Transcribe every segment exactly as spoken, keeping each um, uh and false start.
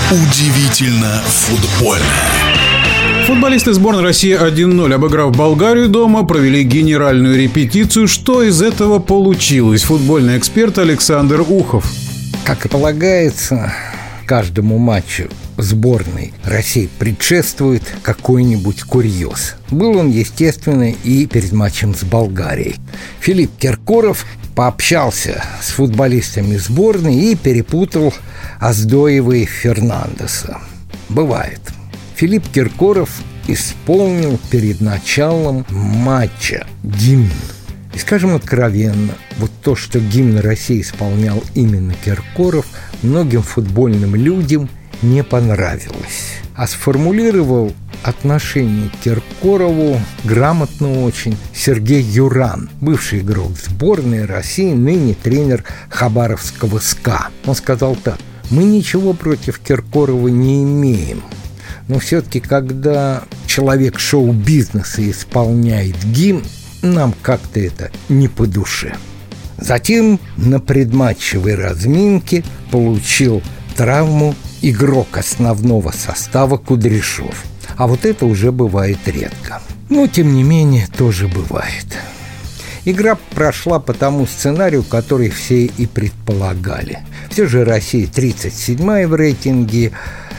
Удивительно футбольно. Футболисты сборной России один ноль, обыграв Болгарию дома, провели генеральную репетицию. Что из этого получилось? Футбольный эксперт Александр Ухов. Как и полагается, каждому матчу сборной России предшествует какой-нибудь курьез. Был он, естественно, и перед матчем с Болгарией. Филипп Киркоров пообщался с футболистами сборной и перепутал Оздоева и Фернандеса. Бывает. Филипп Киркоров исполнил перед началом матча гимн. И скажем откровенно, вот то, что гимн России исполнял именно Киркоров, многим футбольным людям не понравилось. А сформулировал отношение к Киркорову грамотно очень Сергей Юран, бывший игрок сборной России, ныне тренер хабаровского СКА. Он сказал так: «Мы ничего против Киркорова не имеем, но все-таки, когда человек шоу-бизнеса исполняет гимн, нам как-то это не по душе». Затем на предматчевой разминке получил травму игрок основного состава Кудряшов. А вот это уже бывает редко. Но, тем не менее, тоже бывает. Игра прошла по тому сценарию, который все и предполагали. Все же Россия тридцать седьмая в рейтинге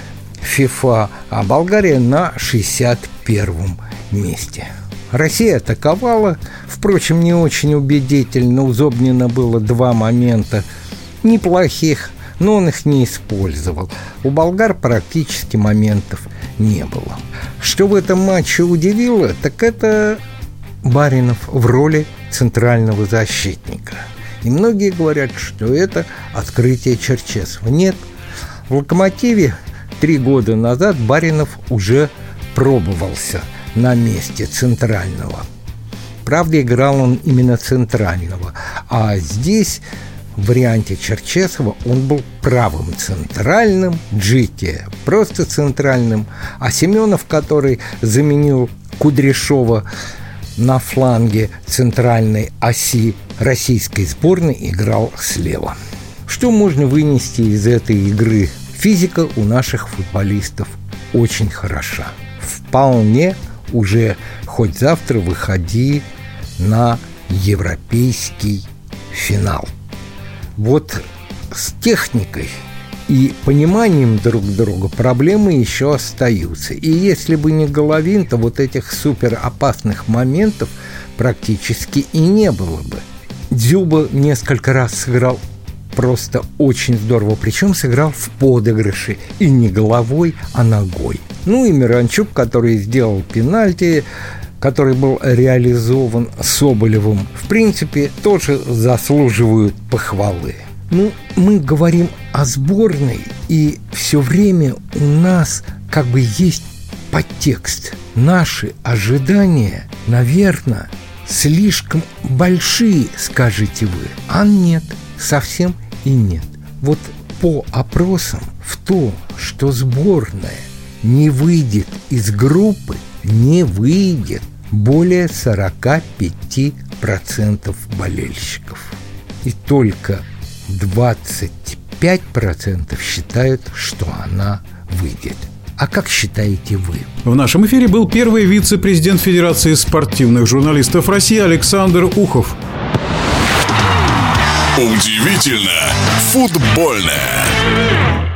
ФИФА, а Болгария на шестьдесят первом месте. Россия атаковала, впрочем, не очень убедительно. У Зобнина было два момента неплохих, но он их не использовал. У болгар практически моментов не было. Что в этом матче удивило, так это Баринов в роли центрального защитника. И многие говорят, что это открытие Черчесова. Нет, в «Локомотиве» три года назад Баринов уже пробовался на месте центрального. Правда, играл он именно центрального. А здесь, в варианте Черчесова, он был правым центральным, Джики просто центральным, а Семенов, который заменил Кудряшова на фланге центральной оси российской сборной, играл слева. Что можно вынести из этой игры? Физика у наших футболистов очень хороша. Вполне уже хоть завтра выходи на европейский финал. Вот с техникой и пониманием друг друга проблемы еще остаются. И если бы не Головин, то вот этих суперопасных моментов практически и не было бы. Дзюба несколько раз сыграл просто очень здорово, причем сыграл в подыгрыше, и не головой, а ногой. Ну и Миранчук, который сделал пенальти, который был реализован Соболевым, в принципе, тоже заслуживают похвалы. Ну, мы говорим о сборной, и все время у нас как бы есть подтекст. Наши ожидания, наверное, слишком большие, скажете вы. А нет, совсем и нет. Вот по опросам в то, что сборная не выйдет из группы, не выйдет более сорок пять процентов болельщиков. И только двадцать пять процентов считают, что она выйдет. А как считаете вы? В нашем эфире был первый вице-президент Федерации спортивных журналистов России Александр Ухов. Удивительно футбольное.